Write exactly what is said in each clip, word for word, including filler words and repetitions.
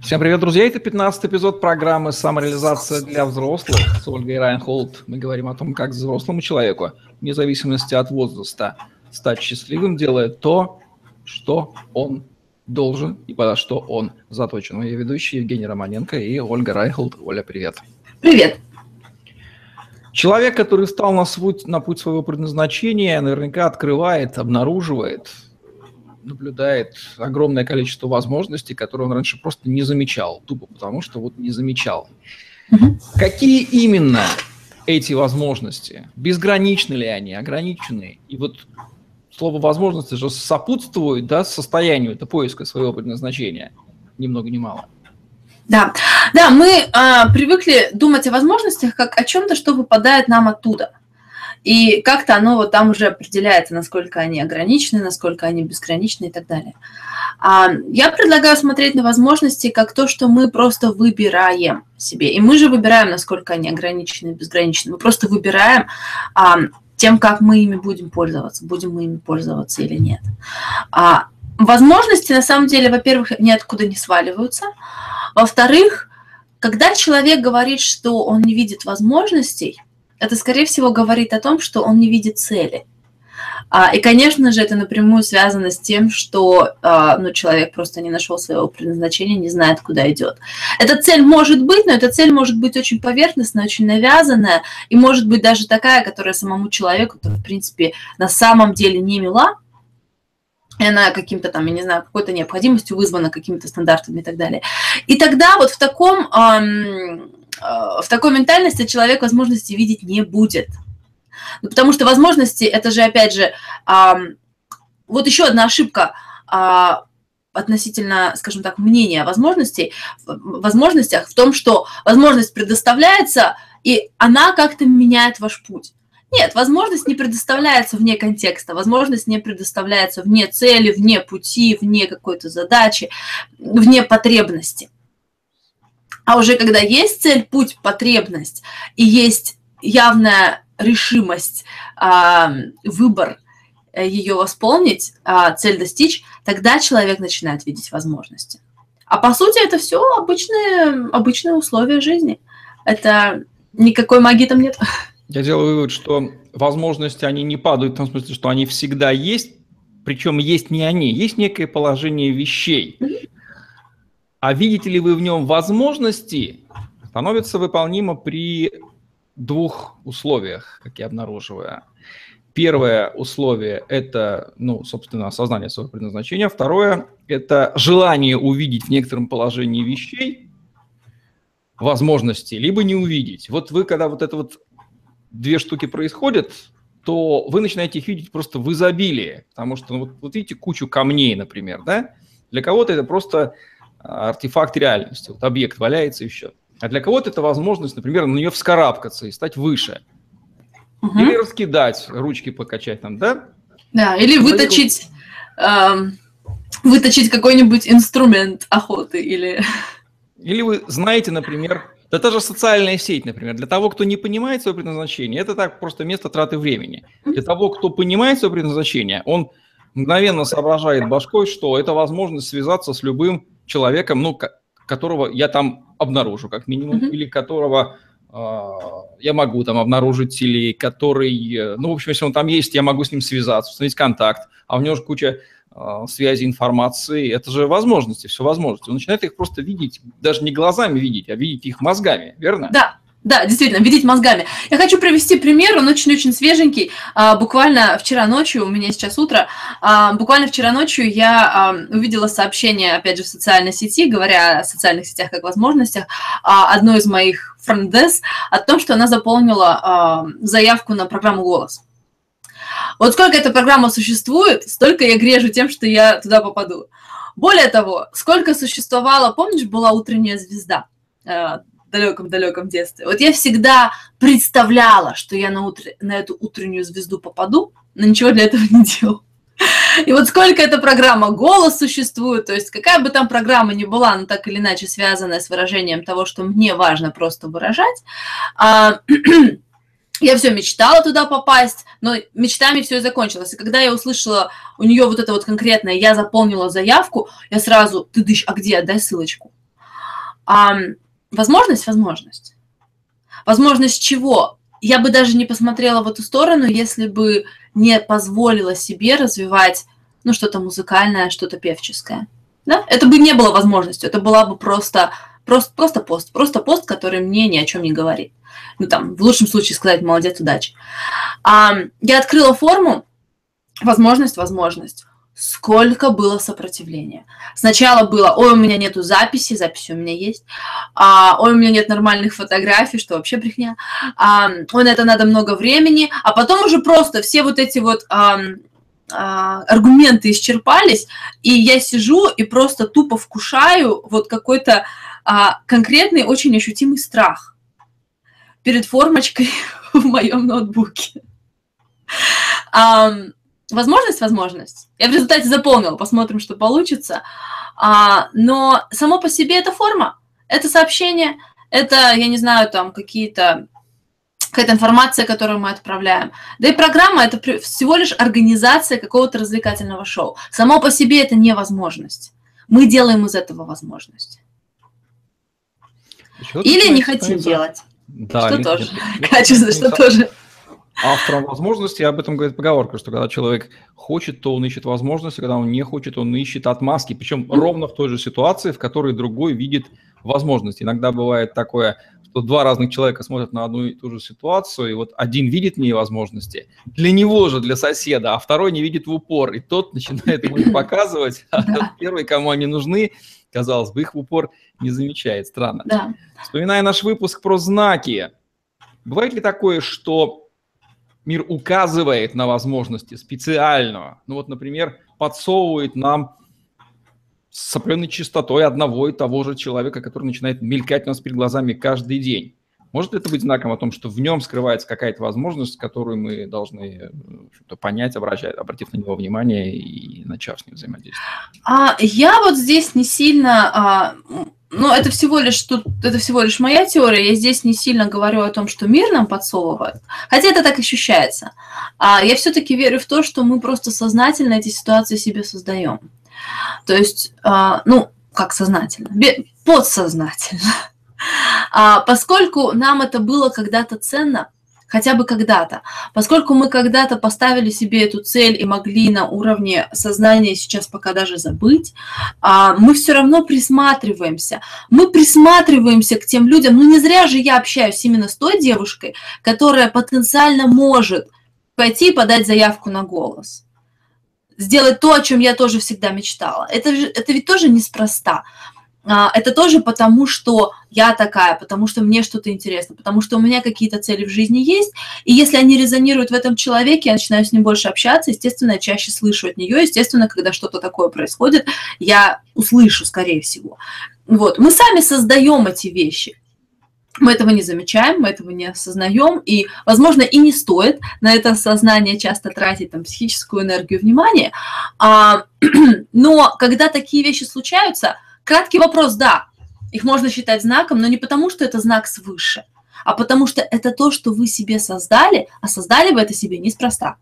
Всем привет, друзья! Это пятнадцатый эпизод программы «Самореализация для взрослых» с Ольгой Райнхолд. Мы говорим о том, как взрослому человеку, вне зависимости от возраста, стать счастливым, делая то, что он должен и под что он заточен. Мои ведущие Евгений Романенко и Ольга Райнхолд. Оля, привет! Привет! Человек, который стал на, свой, на путь своего предназначения, наверняка открывает, обнаруживает, наблюдает огромное количество возможностей, которые он раньше просто не замечал, тупо потому что вот не замечал. Mm-hmm. Какие именно эти возможности? Безграничны ли они, ограничены? И вот слово «возможности» же сопутствует, да, состоянию это поиска своего предназначения, ни много ни мало. Да, да, мы а, привыкли думать о возможностях как о чем-то, что выпадает нам оттуда. И как-то оно вот там уже определяется, насколько они ограничены, насколько они безграничны и так далее. А, я предлагаю смотреть на возможности как то, что мы просто выбираем себе. И мы же выбираем, насколько они ограничены и безграничны. Мы просто выбираем а, тем, как мы ими будем пользоваться, будем мы ими пользоваться или нет. А, возможности, на самом деле, во-первых, ниоткуда не сваливаются. Во-вторых, когда человек говорит, что он не видит возможностей, это, скорее всего, говорит о том, что он не видит цели. И, конечно же, это напрямую связано с тем, что ну, человек просто не нашел своего предназначения, не знает, куда идет. Эта цель может быть, но эта цель может быть очень поверхностная, очень навязанная, и может быть даже такая, которая самому человеку, в принципе, на самом деле не мила, и она каким-то там, я не знаю, какой-то необходимостью вызвана какими-то стандартами и так далее. И тогда вот в таком, эм, э, в такой ментальности человек возможности видеть не будет. Ну, потому что возможности, это же, опять же, эм, вот еще одна ошибка э, относительно, скажем так, мнения о возможностей, возможностях в том, что возможность предоставляется, и она как-то меняет ваш путь. Нет, возможность не предоставляется вне контекста, возможность не предоставляется вне цели, вне пути, вне какой-то задачи, вне потребности. А уже когда есть цель, путь, потребность, и есть явная решимость, выбор ее восполнить, цель достичь, тогда человек начинает видеть возможности. А по сути это все обычные, обычные условия жизни. Это никакой магии там нет. Я делаю вывод, что возможности, они не падают в том смысле, что они всегда есть, причем есть не они, есть некое положение вещей. А видите ли вы в нем возможности, становится выполнимо при двух условиях, как я обнаруживаю. Первое условие – это, ну, собственно, осознание своего предназначения. Второе – это желание увидеть в некотором положении вещей возможности, либо не увидеть. Вот вы, когда вот это вот две штуки происходят, то вы начинаете их видеть просто в изобилии. Потому что, ну, вот, вот видите кучу камней, например, да? Для кого-то это просто артефакт реальности, вот объект валяется и все. А для кого-то это возможность, например, на нее вскарабкаться и стать выше. Угу. Или раскидать, ручки покачать там, да? Да, или выточить, э, выточить какой-нибудь инструмент охоты. Или... или вы знаете, например... Да та же социальная сеть, например, для того, кто не понимает свое предназначение, это так просто место траты времени. Для того, кто понимает свое предназначение, он мгновенно соображает башкой, что это возможность связаться с любым человеком, ну, которого я там обнаружу, как минимум, mm-hmm. или которого э, я могу там обнаружить, или который, ну, в общем, если он там есть, я могу с ним связаться, установить контакт, а у него же куча связи, информации, это же возможности, все возможности. Он начинает их просто видеть, даже не глазами видеть, а видеть их мозгами, верно? Да, да, действительно, видеть мозгами. Я хочу привести пример, он очень-очень свеженький. А, буквально вчера ночью, у меня сейчас утро, а, буквально вчера ночью я а, увидела сообщение, опять же, в социальной сети, говоря о социальных сетях как возможностях, а, одной из моих френдес о том, что она заполнила а, заявку на программу «Голос». Вот сколько эта программа существует, столько я грежу тем, что я туда попаду. Более того, сколько существовало, помнишь, была «Утренняя звезда» э, в далеком-далеком детстве. Вот я всегда представляла, что я на, утр... на эту «Утреннюю звезду» попаду, но ничего для этого не делала. И вот сколько эта программа «Голос» существует, то есть какая бы там программа ни была, но так или иначе связанная с выражением того, что мне важно просто выражать, Я все мечтала туда попасть, но мечтами все и закончилось. И когда я услышала у нее вот это вот конкретное, я заполнила заявку, я сразу, ты дышь, а где, дай ссылочку. А, возможность, возможность. Возможность чего? Я бы даже не посмотрела в эту сторону, если бы не позволила себе развивать, ну, что-то музыкальное, что-то певческое. Да? Это бы не было возможностью, это была бы просто, просто, просто пост, просто пост, который мне ни о чем не говорит. Ну, там, в лучшем случае сказать «молодец, удачи». А, я открыла форму «возможность, возможность». Сколько было сопротивления. Сначала было, ой, у меня нету записи, записи у меня есть, а, ой, у меня нет нормальных фотографий, что вообще брехня, а, ой, на это надо много времени, а потом уже просто все вот эти вот а, а, аргументы исчерпались, и я сижу и просто тупо вкушаю вот какой-то а, конкретный, очень ощутимый страх перед формочкой в моем ноутбуке. А, Возможность, возможность. Я в результате заполнила, посмотрим, что получится. А, но само по себе это форма, это сообщение, это, я не знаю, там какие-то, какая-то информация, которую мы отправляем. Да и программа – это всего лишь организация какого-то развлекательного шоу. Само по себе это не возможность. Мы делаем из этого возможность. Человек Или не хотим делать. Да, что тоже. Качество, что тоже. Автором возможности, об этом говорит поговорка, что когда человек хочет, то он ищет возможности, когда он не хочет, он ищет отмазки. Причем mm-hmm. ровно в той же ситуации, в которой другой видит возможности. Иногда бывает такое, что два разных человека смотрят на одну и ту же ситуацию, и вот один видит в ней возможности, для него же, для соседа, а второй не видит в упор, и тот начинает ему их показывать, а тот первый, кому они нужны, казалось бы, их в упор не замечает. Странно. Да. Вспоминая наш выпуск про знаки, бывает ли такое, что мир указывает на возможности специально? Ну вот, например, подсовывает нам с определенной частотой одного и того же человека, который начинает мелькать у нас перед глазами каждый день. Может ли это быть знаком о том, что в нем скрывается какая-то возможность, которую мы должны понять, обращать, обратив на него внимание и начав с ним взаимодействовать? А, я вот здесь не сильно... А... Ну, это всего лишь тут, это всего лишь моя теория. Я здесь не сильно говорю о том, что мир нам подсовывает, хотя это так ощущается. А я все-таки верю в то, что мы просто сознательно эти ситуации себе создаем. То есть, а, ну, как сознательно, подсознательно. А, поскольку нам это было когда-то ценно, хотя бы когда-то, поскольку мы когда-то поставили себе эту цель и могли на уровне сознания сейчас пока даже забыть, мы все равно присматриваемся. Мы присматриваемся к тем людям. Ну не зря же я общаюсь именно с той девушкой, которая потенциально может пойти и подать заявку на голос. Сделать то, о чем я тоже всегда мечтала. Это, же, это ведь тоже неспроста. Это тоже потому, что я такая, потому что мне что-то интересно, потому что у меня какие-то цели в жизни есть, и если они резонируют в этом человеке, я начинаю с ним больше общаться, естественно, я чаще слышу от нее, естественно, когда что-то такое происходит, я услышу, скорее всего. Вот. Мы сами создаем эти вещи. Мы этого не замечаем, мы этого не осознаем, и, возможно, и не стоит на это осознание часто тратить там, психическую энергию, внимание, а, но когда такие вещи случаются, краткий вопрос, да, их можно считать знаком, но не потому, что это знак свыше, а потому что это то, что вы себе создали, а создали вы это себе неспроста.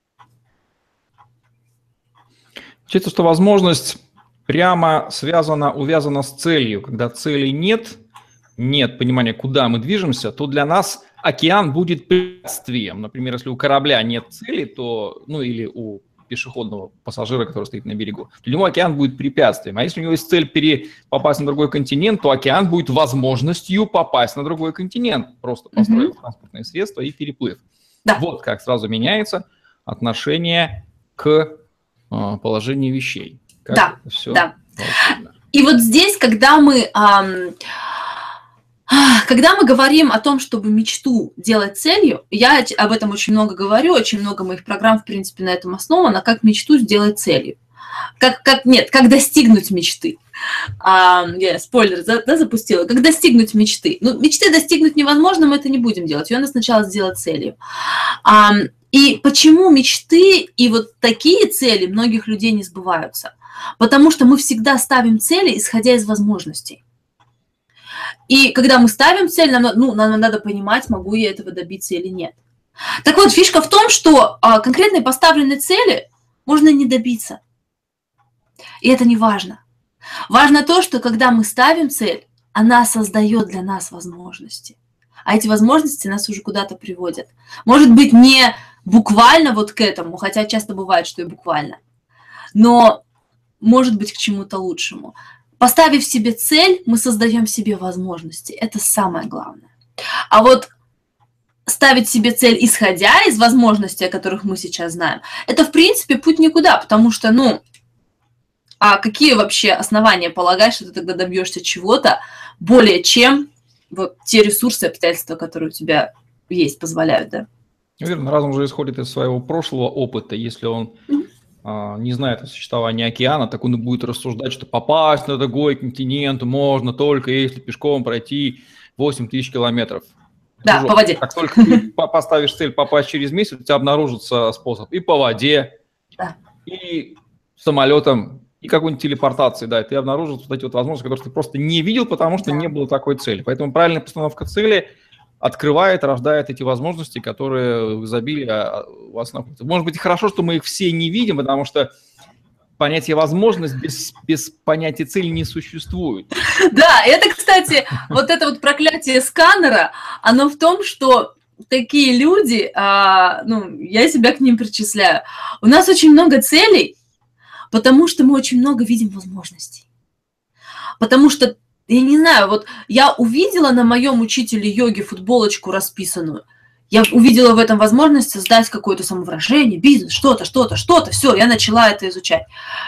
Получается, что возможность прямо связана, увязана с целью. Когда цели нет, нет понимания, куда мы движемся, то для нас океан будет препятствием. Например, если у корабля нет цели, то, ну или у пешеходного пассажира, который стоит на берегу, для него океан будет препятствием. А если у него есть цель пере... попасть на другой континент, то океан будет возможностью попасть на другой континент, просто построив mm-hmm. транспортные средства и переплыв. Да. Вот как сразу меняется отношение к э, положению вещей. Как да, все да. И вот здесь, когда мы... Эм... Когда мы говорим о том, чтобы мечту делать целью, я об этом очень много говорю, очень много моих программ, в принципе, на этом основано, как мечту сделать целью. Как, как, нет, как достигнуть мечты. А, я спойлер да, да, запустила. Как достигнуть мечты. Ну, мечты достигнуть невозможно, мы это не будем делать. Ее надо сначала сделать целью. А, и почему мечты и вот такие цели многих людей не сбываются? Потому что мы всегда ставим цели, исходя из возможностей. И когда мы ставим цель, нам, ну, нам надо понимать, могу я этого добиться или нет. Так вот, фишка в том, что а, конкретной поставленной цели можно не добиться. И это не важно. Важно то, что когда мы ставим цель, она создает для нас возможности. А эти возможности нас уже куда-то приводят. Может быть, не буквально вот к этому, хотя часто бывает, что и буквально, но может быть к чему-то лучшему. Поставив себе цель, мы создаем себе возможности. Это самое главное. А вот ставить себе цель, исходя из возможностей, о которых мы сейчас знаем, это, в принципе, путь никуда, потому что, ну, а какие вообще основания полагать, что ты тогда добьешься чего-то более чем вот те ресурсы, обстоятельства, которые у тебя есть, позволяют, да? Верно, разум же исходит из своего прошлого опыта. Если он mm-hmm. а, не знает о существовании океана, так он и будет рассуждать, что попасть на другой континент можно только если пешком пройти восемь тысяч километров. Да, Чужой. по воде. Как только ты поставишь цель попасть через месяц, у тебя обнаружится способ и по воде, да. и самолетом, и какой-нибудь телепортации, да, и ты обнаружил вот эти вот возможности, которые ты просто не видел, потому что да. не было такой цели. Поэтому правильная постановка цели открывает, рождает эти возможности, которые в изобилии у вас находятся. Может быть, хорошо, что мы их все не видим, потому что понятие возможность без, без понятия цели не существует. Да, это, кстати, вот это вот проклятие сканера, оно в том, что такие люди, а, ну, я себя к ним причисляю, у нас очень много целей, потому что мы очень много видим возможностей. Потому что, я не знаю, вот я увидела на моем учителе йоги футболочку расписанную, я увидела в этом возможность создать какое-то самовыражение, бизнес, что-то, что-то, что-то, все, я начала это изучать.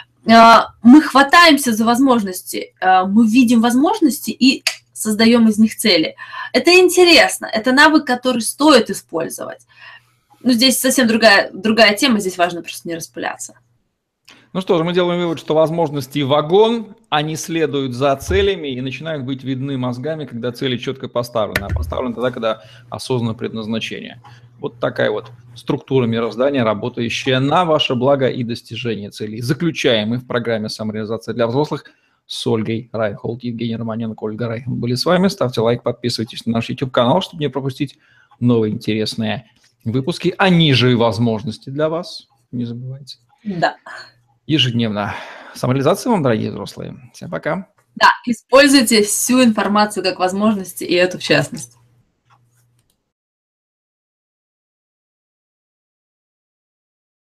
Мы хватаемся за возможности, мы видим возможности и создаем из них цели. Это интересно, это навык, который стоит использовать. Но здесь совсем другая, другая тема, здесь важно просто не распыляться. Ну что же, мы делаем вывод, что возможности вагон, они следуют за целями и начинают быть видны мозгами, когда цели четко поставлены. А поставлены тогда, когда осознанно предназначение. Вот такая вот структура мироздания, работающая на ваше благо и достижение целей. Заключаем мы в программе «Самореализация для взрослых» с Ольгой Райнхолд, Евгений Романенко, Ольга Райнхолд были с вами. Ставьте лайк, подписывайтесь на наш YouTube-канал, чтобы не пропустить новые интересные выпуски. Они же и возможности для вас, не забывайте. Да. Ежедневно. Самореализации вам, дорогие взрослые. Всем пока. Да, используйте всю информацию как возможности, и эту в частности.